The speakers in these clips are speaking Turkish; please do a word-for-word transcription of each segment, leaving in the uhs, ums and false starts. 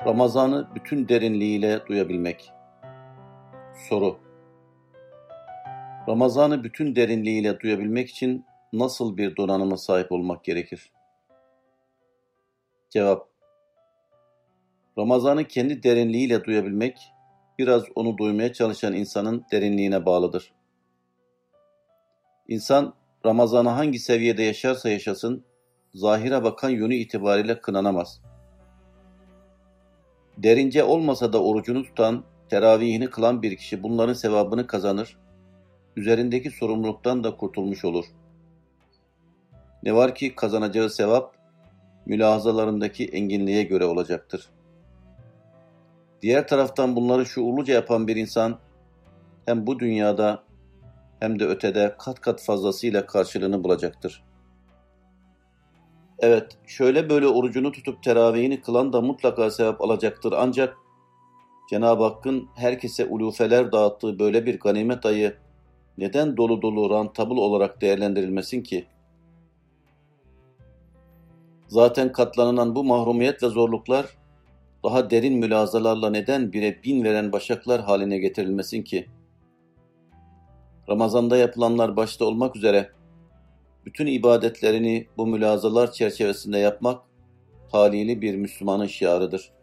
Ramazan'ı bütün derinliğiyle duyabilmek. Soru: Ramazan'ı bütün derinliğiyle duyabilmek için nasıl bir donanıma sahip olmak gerekir? Cevap: Ramazan'ı kendi derinliğiyle duyabilmek, biraz onu duymaya çalışan insanın derinliğine bağlıdır. İnsan, Ramazan'ı hangi seviyede yaşarsa yaşasın, zahire bakan yönü itibariyle kınanamaz. Derince olmasa da orucunu tutan, teravihini kılan bir kişi bunların sevabını kazanır, üzerindeki sorumluluktan da kurtulmuş olur. Ne var ki kazanacağı sevap, mülahazalarındaki enginliğe göre olacaktır. Diğer taraftan bunları şuurluca yapan bir insan, hem bu dünyada hem de ötede kat kat fazlasıyla karşılığını bulacaktır. Evet, şöyle böyle orucunu tutup teravihini kılan da mutlaka sevap alacaktır. Ancak Cenab-ı Hakk'ın herkese ulufeler dağıttığı böyle bir ganimet ayı neden dolu dolu rantabıl olarak değerlendirilmesin ki? Zaten katlanılan bu mahrumiyet ve zorluklar daha derin mülazalarla neden bire bin veren başaklar haline getirilmesin ki? Ramazan'da yapılanlar başta olmak üzere bütün ibadetlerini bu mülazalar çerçevesinde yapmak talihli bir Müslümanın şiarıdır.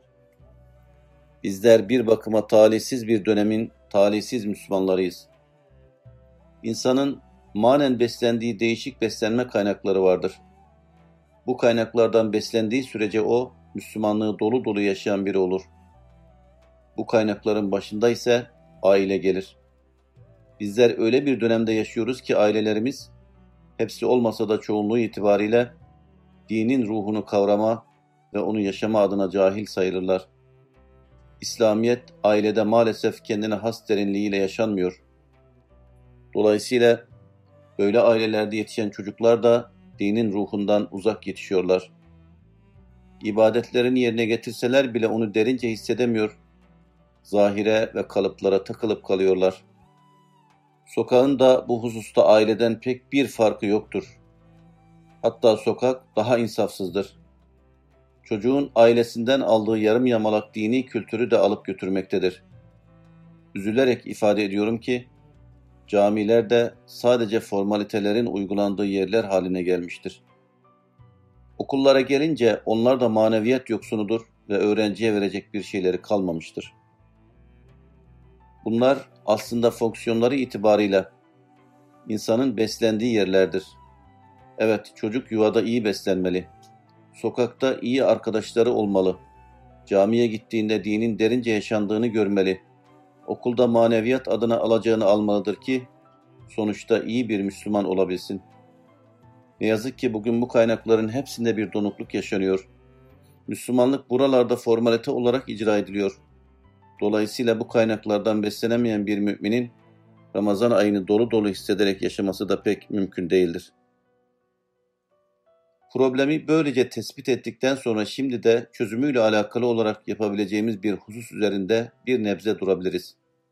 Bizler bir bakıma talihsiz bir dönemin talihsiz Müslümanlarıyız. İnsanın manen beslendiği değişik beslenme kaynakları vardır. Bu kaynaklardan beslendiği sürece o, Müslümanlığı dolu dolu yaşayan biri olur. Bu kaynakların başında ise aile gelir. Bizler öyle bir dönemde yaşıyoruz ki ailelerimiz, hepsi olmasa da çoğunluğu itibariyle dinin ruhunu kavrama ve onu yaşama adına cahil sayılırlar. İslamiyet ailede maalesef kendine has derinliğiyle yaşanmıyor. Dolayısıyla böyle ailelerde yetişen çocuklar da dinin ruhundan uzak yetişiyorlar. İbadetlerini yerine getirseler bile onu derince hissedemiyor, zahire ve kalıplara takılıp kalıyorlar. Sokağın da bu hususta aileden pek bir farkı yoktur. Hatta sokak daha insafsızdır. Çocuğun ailesinden aldığı yarım yamalak dini kültürü de alıp götürmektedir. Üzülerek ifade ediyorum ki, camiler de sadece formalitelerin uygulandığı yerler haline gelmiştir. Okullara gelince onlar da maneviyat yoksunudur ve öğrenciye verecek bir şeyleri kalmamıştır. Bunlar aslında fonksiyonları itibarıyla insanın beslendiği yerlerdir. Evet, çocuk yuvada iyi beslenmeli, sokakta iyi arkadaşları olmalı, camiye gittiğinde dinin derince yaşandığını görmeli, okulda maneviyat adına alacağını almalıdır ki sonuçta iyi bir Müslüman olabilsin. Ne yazık ki bugün bu kaynakların hepsinde bir donukluk yaşanıyor. Müslümanlık buralarda formalite olarak icra ediliyor. Dolayısıyla bu kaynaklardan beslenemeyen bir müminin Ramazan ayını dolu dolu hissederek yaşaması da pek mümkün değildir. Problemi böylece tespit ettikten sonra şimdi de çözümüyle alakalı olarak yapabileceğimiz bir husus üzerinde bir nebze durabiliriz.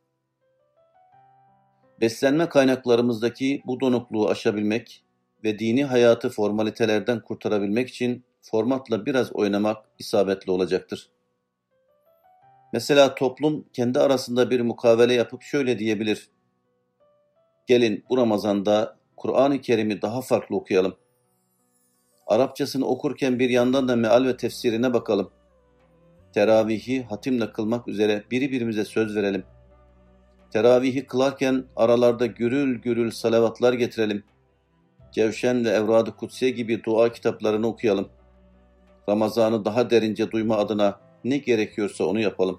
Beslenme kaynaklarımızdaki bu donukluğu aşabilmek ve dini hayatı formalitelerden kurtarabilmek için formatla biraz oynamak isabetli olacaktır. Mesela toplum kendi arasında bir mukavele yapıp şöyle diyebilir: gelin bu Ramazan'da Kur'an-ı Kerim'i daha farklı okuyalım. Arapçasını okurken bir yandan da meal ve tefsirine bakalım. Teravihi hatimle kılmak üzere birbirimize söz verelim. Teravihi kılarken aralarda gürül gürül salavatlar getirelim. Cevşen ve Evrad-ı Kutsiye gibi dua kitaplarını okuyalım. Ramazan'ı daha derince duyma adına ne gerekiyorsa onu yapalım.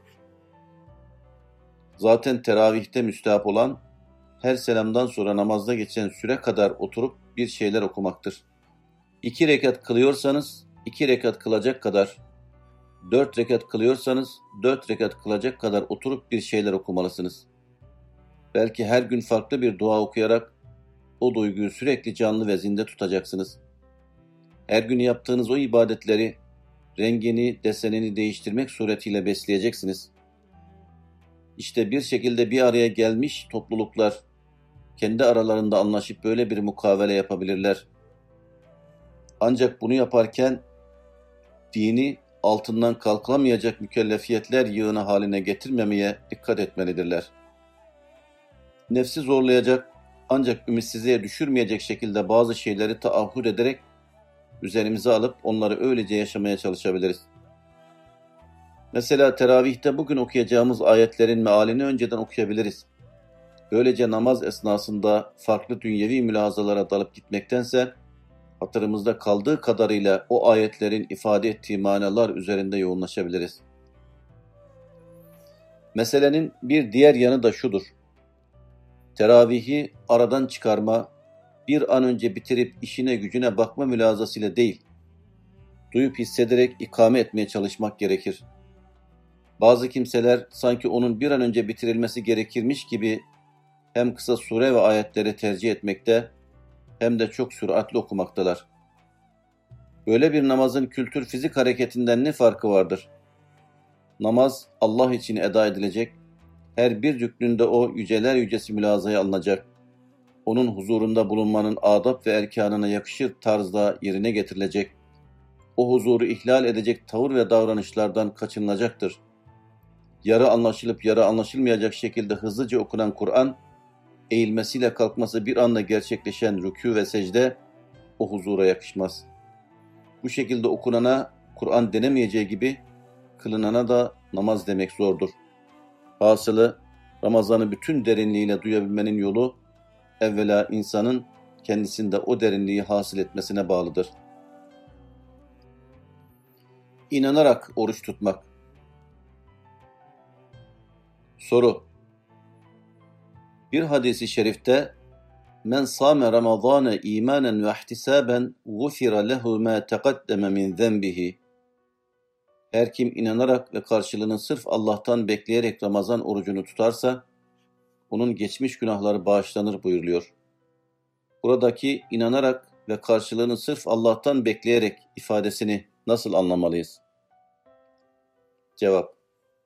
Zaten teravihte müstehap olan, her selamdan sonra namazda geçen süre kadar oturup bir şeyler okumaktır. İki rekat kılıyorsanız, iki rekat kılacak kadar, dört rekat kılıyorsanız, dört rekat kılacak kadar oturup bir şeyler okumalısınız. Belki her gün farklı bir dua okuyarak o duyguyu sürekli canlı ve zinde tutacaksınız. Her gün yaptığınız o ibadetleri, rengini, desenini değiştirmek suretiyle besleyeceksiniz. İşte bir şekilde bir araya gelmiş topluluklar kendi aralarında anlaşıp böyle bir mukavele yapabilirler. Ancak bunu yaparken dini altından kalkılamayacak mükellefiyetler yığını haline getirmemeye dikkat etmelidirler. Nefsi zorlayacak ancak ümitsizliğe düşürmeyecek şekilde bazı şeyleri taahhüt ederek üzerimize alıp onları öylece yaşamaya çalışabiliriz. Mesela teravihte bugün okuyacağımız ayetlerin mealini önceden okuyabiliriz. Böylece namaz esnasında farklı dünyevi mülahazalara dalıp gitmektense, hatırımızda kaldığı kadarıyla o ayetlerin ifade ettiği manalar üzerinde yoğunlaşabiliriz. Meselenin bir diğer yanı da şudur. Teravihi aradan çıkarma, bir an önce bitirip işine gücüne bakma mülahazasıyla değil, duyup hissederek ikame etmeye çalışmak gerekir. Bazı kimseler sanki onun bir an önce bitirilmesi gerekirmiş gibi hem kısa sure ve ayetleri tercih etmekte hem de çok süratli okumaktalar. Böyle bir namazın kültür fizik hareketinden ne farkı vardır? Namaz Allah için eda edilecek, her bir rüknünde o yüceler yücesi mülazaya alınacak, onun huzurunda bulunmanın adab ve erkanına yakışır tarzda yerine getirilecek, o huzuru ihlal edecek tavır ve davranışlardan kaçınılacaktır. Yarı anlaşılıp yarı anlaşılmayacak şekilde hızlıca okunan Kur'an, eğilmesiyle kalkması bir anda gerçekleşen rükû ve secde o huzura yakışmaz. Bu şekilde okunana Kur'an denemeyeceği gibi kılınana da namaz demek zordur. Hasılı Ramazan'ı bütün derinliğiyle duyabilmenin yolu evvela insanın kendisinde o derinliği hasıl etmesine bağlıdır. İnanarak oruç tutmak. Soru. Bir hadisi şerifte men sâme Ramazâne îmânen ve ihtisâben gufira lehu mâ teqaddeme min zenbihi. Her kim inanarak ve karşılığını sırf Allah'tan bekleyerek Ramazan orucunu tutarsa onun geçmiş günahları bağışlanır buyuruluyor. Buradaki inanarak ve karşılığını sırf Allah'tan bekleyerek ifadesini nasıl anlamalıyız? Cevap.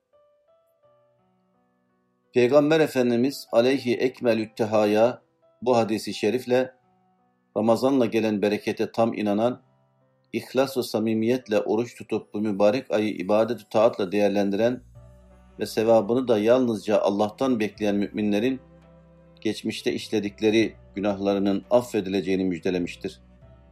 Peygamber Efendimiz aleyhi ekmelü tehaya bu hadisi şerifle Ramazan'la gelen berekete tam inanan, ihlas ve samimiyetle oruç tutup bu mübarek ayı ibadet-ü taatla değerlendiren ve sevabını da yalnızca Allah'tan bekleyen müminlerin geçmişte işledikleri günahlarının affedileceğini müjdelemiştir.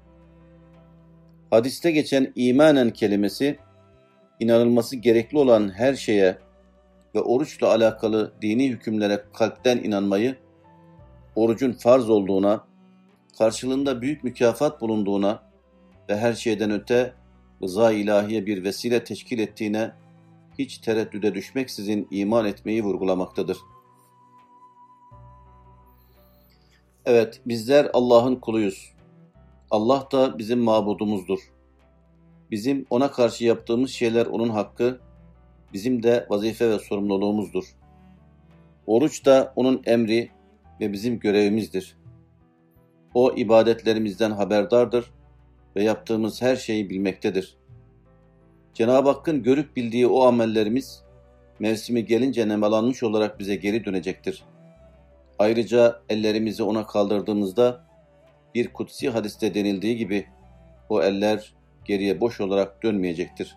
Hadiste geçen imanen kelimesi, inanılması gerekli olan her şeye ve oruçla alakalı dini hükümlere kalpten inanmayı, orucun farz olduğuna, karşılığında büyük mükafat bulunduğuna ve her şeyden öte rıza ilahiye bir vesile teşkil ettiğine hiç tereddüde düşmeksizin iman etmeyi vurgulamaktadır. Evet, bizler Allah'ın kuluyuz. Allah da bizim mabudumuzdur. Bizim ona karşı yaptığımız şeyler onun hakkı, bizim de vazife ve sorumluluğumuzdur. Oruç da onun emri ve bizim görevimizdir. O ibadetlerimizden haberdardır ve yaptığımız her şeyi bilmektedir. Cenab-ı Hakk'ın görüp bildiği o amellerimiz, mevsimi gelince nemalanmış olarak bize geri dönecektir. Ayrıca ellerimizi ona kaldırdığımızda, bir kutsi hadiste denildiği gibi, o eller geriye boş olarak dönmeyecektir.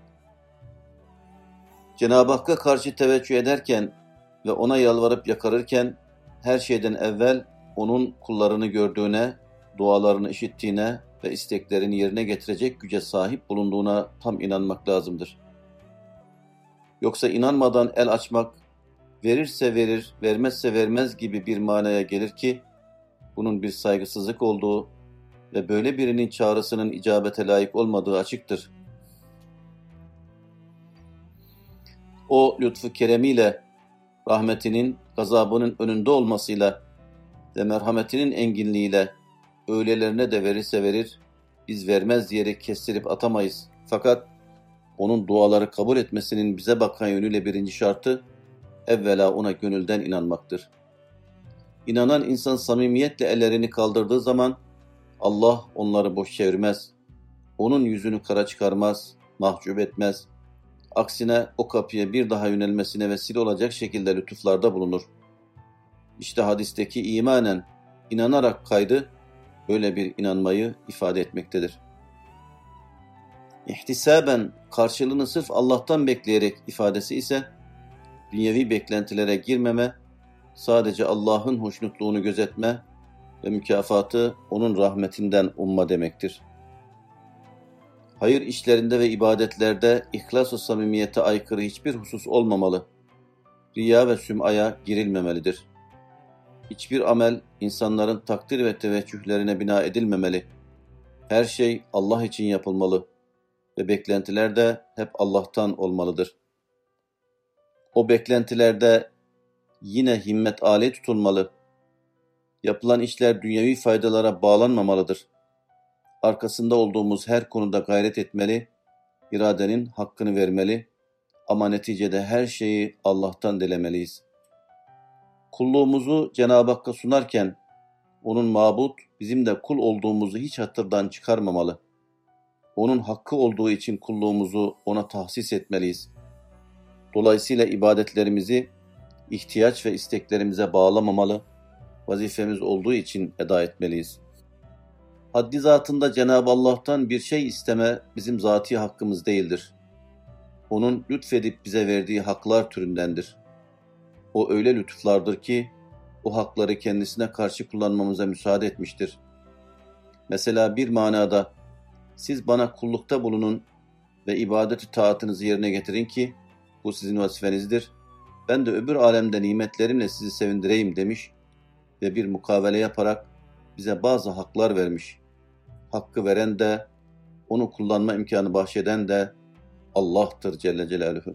Cenab-ı Hakk'a karşı teveccüh ederken ve ona yalvarıp yakarırken, her şeyden evvel onun kullarını gördüğüne, dualarını işittiğine ve isteklerini yerine getirecek güce sahip bulunduğuna tam inanmak lazımdır. Yoksa inanmadan el açmak, verirse verir, vermezse vermez gibi bir manaya gelir ki, bunun bir saygısızlık olduğu ve böyle birinin çağrısının icabete layık olmadığı açıktır. O lütfu keremiyle, rahmetinin, gazabının önünde olmasıyla ve merhametinin enginliğiyle öylelerine de verirse verir, biz vermez diyerek kestirip atamayız. Fakat onun duaları kabul etmesinin bize bakan yönüyle birinci şartı, evvela ona gönülden inanmaktır. İnanan insan samimiyetle ellerini kaldırdığı zaman, Allah onları boş çevirmez, onun yüzünü kara çıkarmaz, mahcup etmez. Aksine o kapıya bir daha yönelmesine vesile olacak şekilde lütuflarda bulunur. İşte hadisteki imanen, inanarak kaydı, böyle bir inanmayı ifade etmektedir. İhtisaben karşılığını sırf Allah'tan bekleyerek ifadesi ise dünyevi beklentilere girmeme, sadece Allah'ın hoşnutluğunu gözetme ve mükafatı onun rahmetinden umma demektir. Hayır işlerinde ve ibadetlerde ihlas-ı samimiyete aykırı hiçbir husus olmamalı. Riya ve süm'aya girilmemelidir. Hiçbir amel insanların takdir ve teveccühlerine bina edilmemeli. Her şey Allah için yapılmalı ve beklentiler de hep Allah'tan olmalıdır. O beklentilerde yine himmet âli tutulmalı. Yapılan işler dünyevi faydalara bağlanmamalıdır. Arkasında olduğumuz her konuda gayret etmeli, iradenin hakkını vermeli ama neticede her şeyi Allah'tan dilemeliyiz. Kulluğumuzu Cenab-ı Hakk'a sunarken onun mabut, bizim de kul olduğumuzu hiç hatırdan çıkarmamalı. Onun hakkı olduğu için kulluğumuzu ona tahsis etmeliyiz. Dolayısıyla ibadetlerimizi ihtiyaç ve isteklerimize bağlamamalı, vazifemiz olduğu için eda etmeliyiz. Haddi zatında Cenab-ı Allah'tan bir şey isteme bizim zati hakkımız değildir. Onun lütfedip bize verdiği haklar türündendir. O öyle lütuflardır ki o hakları kendisine karşı kullanmamıza müsaade etmiştir. Mesela bir manada siz bana kullukta bulunun ve ibadet-i taatınızı yerine getirin ki bu sizin vazifenizdir. Ben de öbür alemde nimetlerimle sizi sevindireyim demiş ve bir mukavele yaparak bize bazı haklar vermiş. Hakkı veren de, onu kullanma imkanı bahşeden de Allah'tır Celle Celaluhu.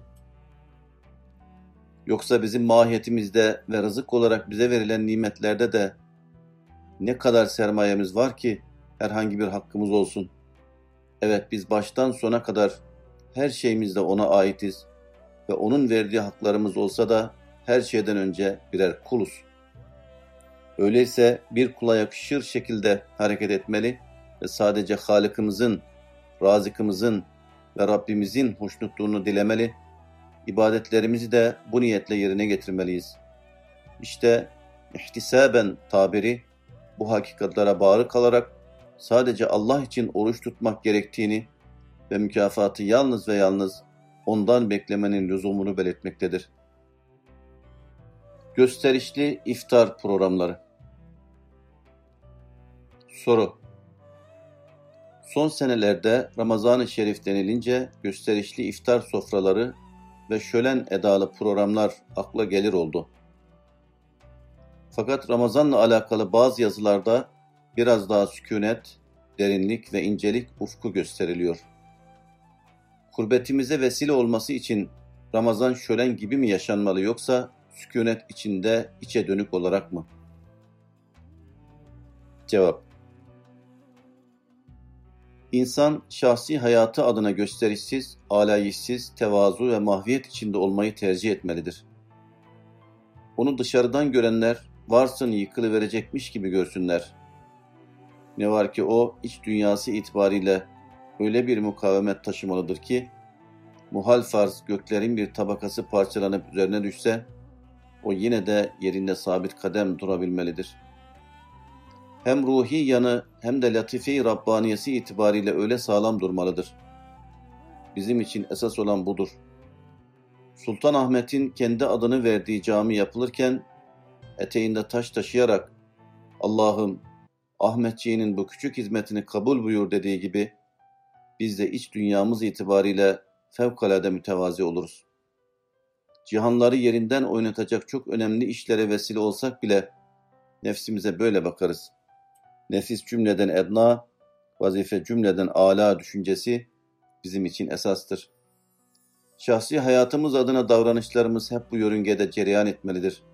Yoksa bizim mahiyetimizde ve rızık olarak bize verilen nimetlerde de ne kadar sermayemiz var ki herhangi bir hakkımız olsun. Evet, biz baştan sona kadar her şeyimizde ona aitiz ve onun verdiği haklarımız olsa da her şeyden önce birer kuluz. Öyleyse bir kula yakışır şekilde hareket etmeli ve sadece Halık'ımızın, Razık'ımızın ve Rabbimizin hoşnutluğunu dilemeli, ibadetlerimizi de bu niyetle yerine getirmeliyiz. İşte ihtisaben tabiri bu hakikatlere bağlı kalarak sadece Allah için oruç tutmak gerektiğini ve mükafatı yalnız ve yalnız ondan beklemenin lüzumunu belirtmektedir. Gösterişli iftar programları. Soru: Son senelerde Ramazan-ı Şerif denilince gösterişli iftar sofraları ve şölen edalı programlar akla gelir oldu. Fakat Ramazan'la alakalı bazı yazılarda biraz daha sükunet, derinlik ve incelik ufku gösteriliyor. Kurbetimize vesile olması için Ramazan şölen gibi mi yaşanmalı yoksa sükunet içinde içe dönük olarak mı? Cevap: İnsan şahsi hayatı adına gösterişsiz, alayişsiz, tevazu ve mahviyet içinde olmayı tercih etmelidir. Onu dışarıdan görenler varsın yıkılıverecekmiş gibi görsünler. Ne var ki o iç dünyası itibariyle öyle bir mukavemet taşımalıdır ki, muhal farz göklerin bir tabakası parçalanıp üzerine düşse, o yine de yerinde sabit kadem durabilmelidir. Hem ruhi yanı hem de latife-i Rabbaniyesi itibariyle öyle sağlam durmalıdır. Bizim için esas olan budur. Sultan Ahmet'in kendi adını verdiği cami yapılırken, eteğinde taş taşıyarak, Allah'ım Ahmetciğinin bu küçük hizmetini kabul buyur dediği gibi, biz de iç dünyamız itibariyle fevkalade mütevazi oluruz. Cihanları yerinden oynatacak çok önemli işlere vesile olsak bile, nefsimize böyle bakarız. Nefis cümleden edna, vazife cümleden âlâ düşüncesi bizim için esastır. Şahsi hayatımız adına davranışlarımız hep bu yörüngede cereyan etmelidir.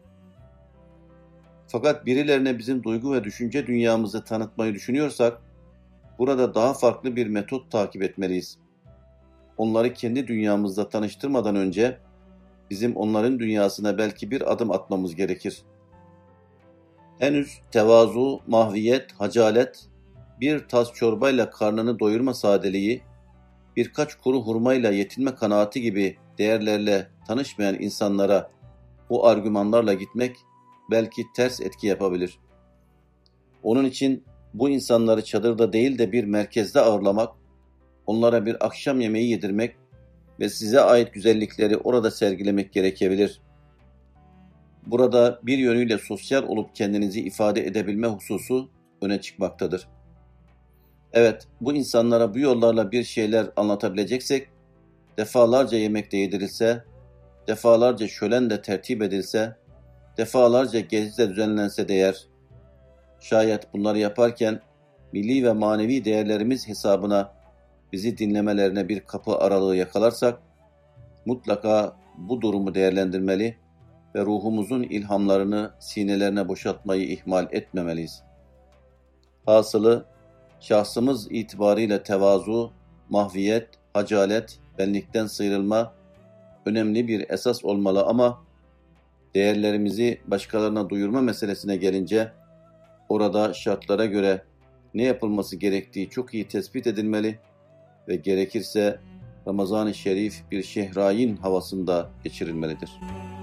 Fakat birilerine bizim duygu ve düşünce dünyamızı tanıtmayı düşünüyorsak, burada daha farklı bir metot takip etmeliyiz. Onları kendi dünyamızla tanıştırmadan önce, bizim onların dünyasına belki bir adım atmamız gerekir. Henüz tevazu, mahviyet, hacalet, bir tas çorbayla karnını doyurma sadeliği, birkaç kuru hurmayla yetinme kanaati gibi değerlerle tanışmayan insanlara bu argümanlarla gitmek belki ters etki yapabilir. Onun için bu insanları çadırda değil de bir merkezde ağırlamak, onlara bir akşam yemeği yedirmek ve size ait güzellikleri orada sergilemek gerekebilir. Burada bir yönüyle sosyal olup kendinizi ifade edebilme hususu öne çıkmaktadır. Evet, bu insanlara bu yollarla bir şeyler anlatabileceksek, defalarca yemek de yedirilse, defalarca şölen de tertip edilse, defalarca gezi de düzenlense değer. Şayet bunları yaparken milli ve manevi değerlerimiz hesabına bizi dinlemelerine bir kapı aralığı yakalarsak, mutlaka bu durumu değerlendirmeli ve ruhumuzun ilhamlarını sinelerine boşaltmayı ihmal etmemeliyiz. Hasılı, şahsımız itibarıyla tevazu, mahviyet, hacalet, benlikten sıyrılma önemli bir esas olmalı ama değerlerimizi başkalarına duyurma meselesine gelince orada şartlara göre ne yapılması gerektiği çok iyi tespit edilmeli ve gerekirse Ramazan-ı Şerif bir şehrayin havasında geçirilmelidir.